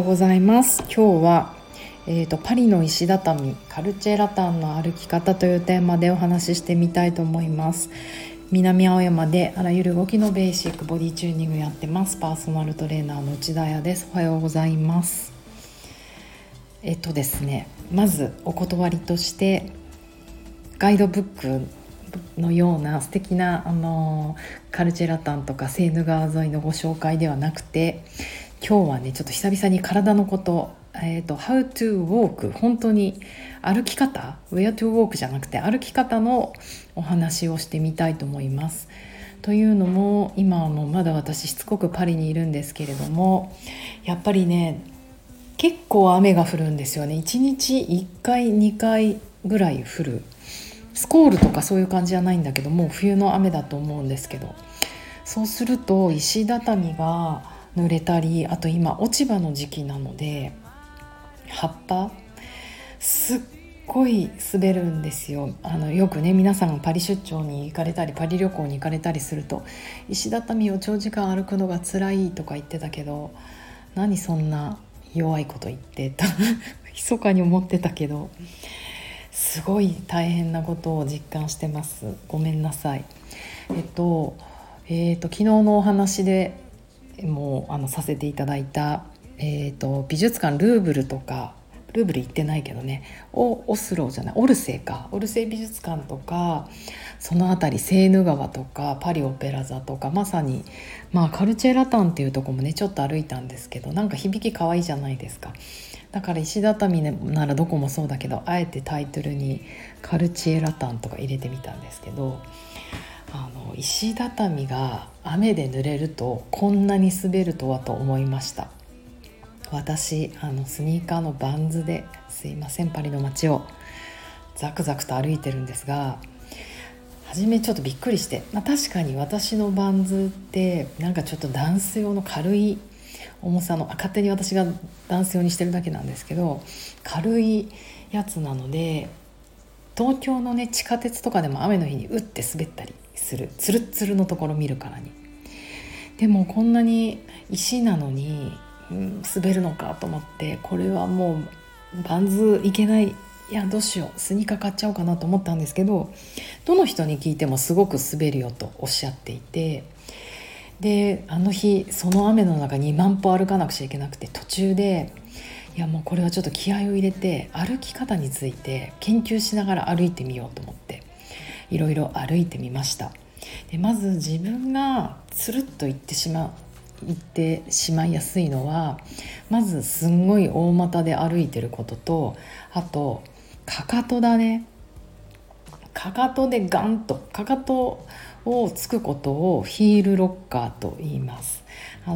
うございます。今日は、パリの石畳カルチェラタンの歩き方というテーマでお話ししてみたいと思います。南青山であらゆる動きのベーシックボディチューニングやってます。パーソナルトレーナーの内田彩です。おはようございます。ですね、まずお断りとしてガイドブックのような素敵なカルチェラタンとかセーヌ川沿いのご紹介ではなくて、今日はねちょっと久々に体のこと、How to walk 本当に歩き方 Where to walk じゃなくて歩き方のお話をしてみたいと思います。というのも今まだ私しつこくパリにいるんですけれども、やっぱりね結構雨が降るんですよね。1日1回2回ぐらい降る。スコールとかそういう感じじゃないんだけども、冬の雨だと思うんですけど、そうすると石畳が濡れたり、あと今落ち葉の時期なので葉っぱすっごい滑るんですよ。よくね皆さんがパリ出張に行かれたりパリ旅行に行かれたりすると、石畳を長時間歩くのが辛いとか言ってたけど、何そんな弱いこと言ってと密かに思ってたけど、すごい大変なことを実感してます。ごめんなさい。昨日のお話でもさせていただいた、美術館ルーブルとか、ルーブル行ってないけどね、オスロじゃないオルセーか、オルセー美術館とか、そのあたりセーヌ川とかパリオペラ座とか、まさに、カルチェラタンっていうとこもねちょっと歩いたんですけど、なんか響き可愛いじゃないですか。だから石畳ならどこもそうだけど、あえてタイトルにカルチェラタンとか入れてみたんですけど、石畳が雨で濡れるとこんなに滑るとはと思いました。私スニーカーのバンズですいませんパリの街をザクザクと歩いてるんですが、初めちょっとびっくりして、確かに私のバンズってなんかちょっとダンス用の軽い重さの、勝手に私がダンス用にしてるだけなんですけど、軽いやつなので、東京のね地下鉄とかでも雨の日にって滑ったりする、ツルッツルのところ見るからに。でもこんなに石なのに、滑るのかと思って、これはもうバンズいけない、いやどうしようスニーカー買っちゃおうかなと思ったんですけど、どの人に聞いてもすごく滑るよとおっしゃっていて、であの日その雨の中2万歩歩かなくちゃいけなくて、途中でいやもうこれはちょっと気合を入れて歩き方について研究しながら歩いてみようと思っていろいろ歩いてみました。でまず自分がつるっと行ってしまいやすいのは、まずすんごい大股で歩いてることと、あとかかとだね。かかとでガンとかかとをつくことをヒールロッカーと言います。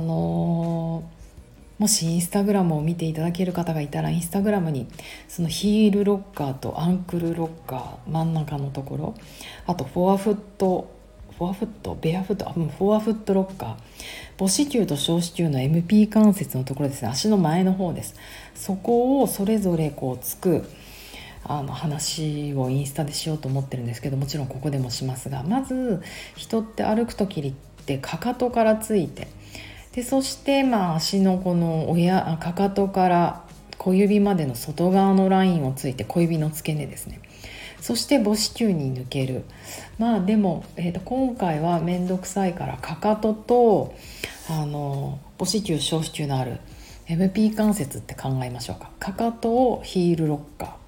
もしインスタグラムを見ていただける方がいたら、インスタグラムにそのヒールロッカーとアンクルロッカー真ん中のところ、あとフォアフットベアフット、フォアフットロッカー、母子球と小子球の MP 関節のところですね、足の前の方です。そこをそれぞれこうつく話をインスタでしようと思ってるんですけど、もちろんここでもしますが、まず人って歩く時ってかかとからついて、でそして足のこのかかとから小指までの外側のラインをついて、小指の付け根ですね、そして母子球に抜ける。でも、今回はめんどくさいからかかとと母子球小子球のある MP 関節って考えましょうか。かかとをヒールロッカー、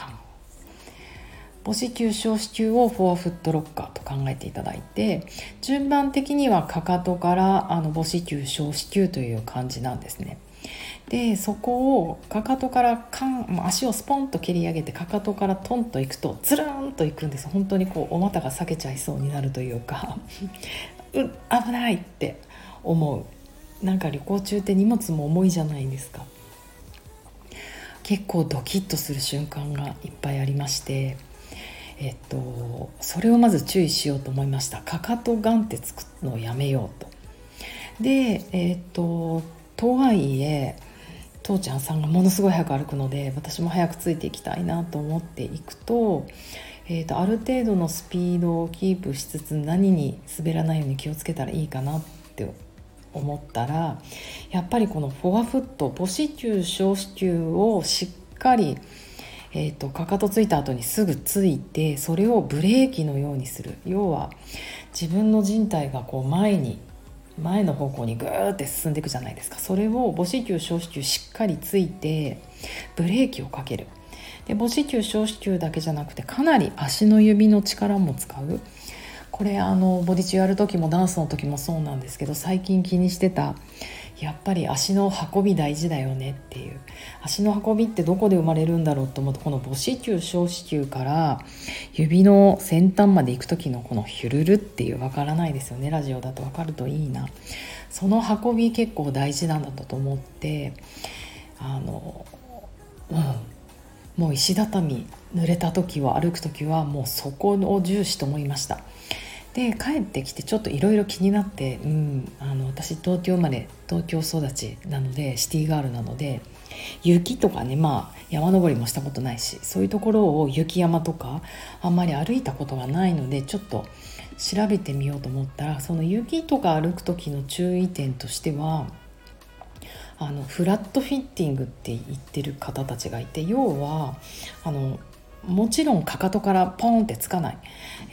母子球小子球をフォアフットロッカーと考えていただいて、順番的にはかかとから母子球小子球という感じなんですね。でそこをかかとから足をスポンと蹴り上げて、かかとからトンといくとズルンといくんです。本当にこうお股が裂けちゃいそうになるというか危ないって思う。なんか旅行中って荷物も重いじゃないですか。結構ドキッとする瞬間がいっぱいありまして、それをまず注意しようと思いました。かかとガンってつくのをやめようと。でとはいえ父ちゃんさんがものすごい早く歩くので、私も早くついていきたいなと思っていくと、ある程度のスピードをキープしつつ、何に滑らないように気をつけたらいいかなって思ったら、やっぱりこのフォアフット、母子球小子球をしっかり、かかとついた後にすぐついて、それをブレーキのようにする。要は自分の人体がこう前の方向にグーって進んでいくじゃないですか。それを母子球小子球しっかりついてブレーキをかける。で母子球小子球だけじゃなくて、かなり足の指の力も使う。これボディチュやる時もダンスの時もそうなんですけど、最近気にしてた、やっぱり足の運び大事だよねっていう。足の運びってどこで生まれるんだろうと思うと、この母子球小子球から指の先端まで行く時のこのヒュルルっていう、わからないですよね、ラジオだとわかるといいな。その運び結構大事なんだと思って、もう石畳濡れた時は、歩く時はもうそこを重視と思いました。で帰ってきてちょっといろいろ気になって、私東京生まれ東京育ちなので、シティガールなので、雪とかね、山登りもしたことないし、そういうところを雪山とかあんまり歩いたことがないので、ちょっと調べてみようと思ったら、その雪とか歩く時の注意点としては、フラットフィッティングって言ってる方たちがいて、要はもちろんかかとからポンってつかない、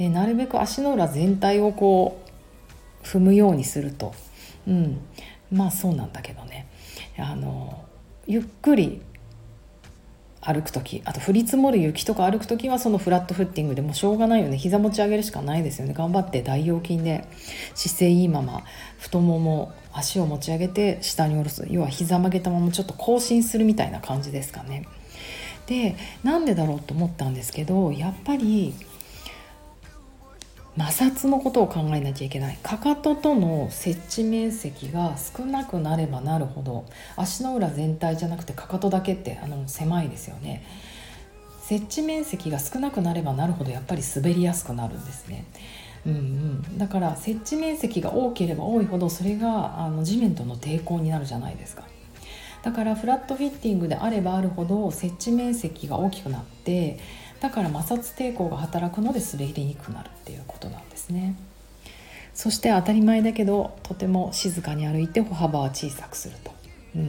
なるべく足の裏全体をこう踏むようにすると、そうなんだけどね、ゆっくり歩くとき、あと降り積もる雪とか歩くときは、そのフラットフッティングでもしょうがないよね。膝持ち上げるしかないですよね。頑張って大腰筋で姿勢いいまま太もも足を持ち上げて下に下ろす。要は膝曲げたままちょっと後進するみたいな感じですかね。でなんでだろうと思ったんですけど、やっぱり摩擦のことを考えなきゃいけない。かかととの接地面積が少なくなればなるほど、足の裏全体じゃなくてかかとだけって狭いですよね。接地面積が少なくなればなるほど、やっぱり滑りやすくなるんですね。だから接地面積が多ければ多いほど、それが地面との抵抗になるじゃないですか。だからフラットフィッティングであればあるほど接地面積が大きくなって、だから摩擦抵抗が働くので滑りにくくなるっていうことなんですね。そして当たり前だけど、とても静かに歩いて歩幅は小さくすると、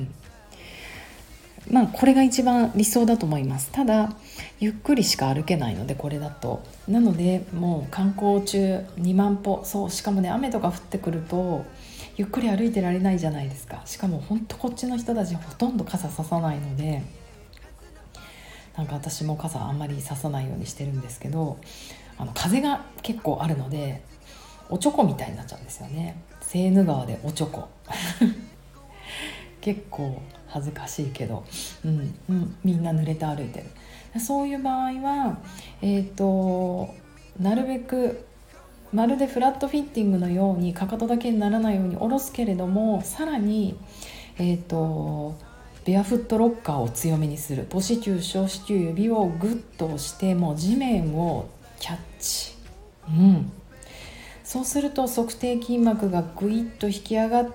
これが一番理想だと思います。ただゆっくりしか歩けないので、これだと。なのでもう観光中2万歩、しかもね、雨とか降ってくるとゆっくり歩いてられないじゃないですか。しかも本当こっちの人たちほとんど傘ささないので、私も傘あんまりささないようにしてるんですけど、風が結構あるのでおちょこみたいになっちゃうんですよね。セーヌ川でおちょこ結構恥ずかしいけど、みんな濡れて歩いてる。そういう場合は、なるべくまるでフラットフィッティングのようにかかとだけにならないように下ろすけれども、さらに、ベアフットロッカーを強めにする。母子球小子球指をグッと押して、もう地面をキャッチ、そうすると足底筋膜がグイッと引き上がって、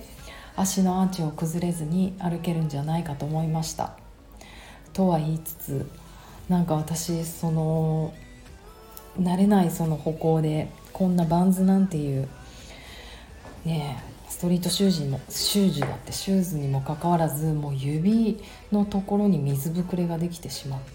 足のアーチを崩れずに歩けるんじゃないかと思いました。とは言いつつ、私慣れないその歩行でこんなバンズなんていうねえ、ストリートシューズにもかかわらず、もう指のところに水ぶくれができてしまって、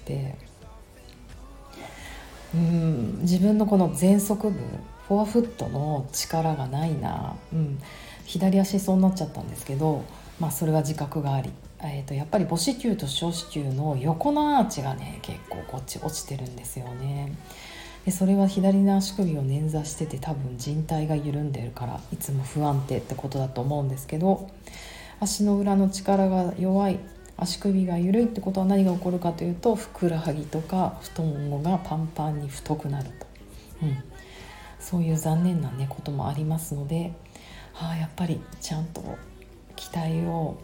自分のこの前足部フォアフットの力がないな、左足そうなっちゃったんですけど、それは自覚があり、やっぱり母子球と小子球の横のアーチがね、結構こっち落ちてるんですよね。でそれは左の足首を捻挫してて、多分靭帯が緩んでるからいつも不安定ってことだと思うんですけど、足の裏の力が弱い、足首が緩いってことは何が起こるかというと、ふくらはぎとか太ももがパンパンに太くなると、そういう残念なねこともありますので、やっぱりちゃんと期待を、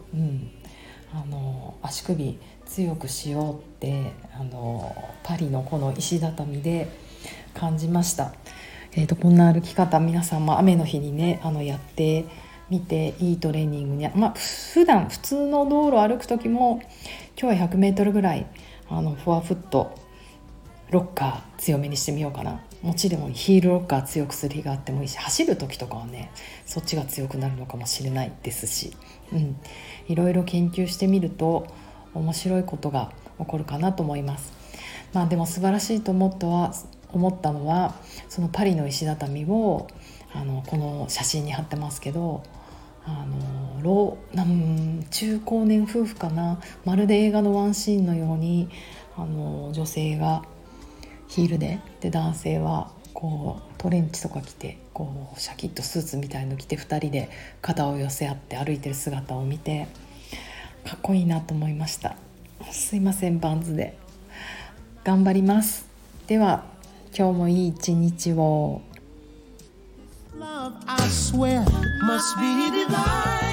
足首強くしようってパリのこの石畳で感じました。こんな歩き方、皆さんも雨の日にねやってみていいトレーニングに、普段普通の道路を歩く時も、今日は100メートルぐらいフォアフットロッカー強めにしてみようかな。 もちろんヒールロッカー強くする日があってもいいし、走る時とかはねそっちが強くなるのかもしれないですし、いろいろ研究してみると面白いことが起こるかなと思います。でも素晴らしいと思ったのは、そのパリの石畳をこの写真に貼ってますけど、中高年夫婦かな、まるで映画のワンシーンのように女性がヒールで男性はこうトレンチとか着てこうシャキッとスーツみたいの着て2人で肩を寄せ合って歩いてる姿を見てかっこいいなと思いました。すいませんバンズで。頑張ります。では今日もいい一日を。 Love, I swear, must be divine.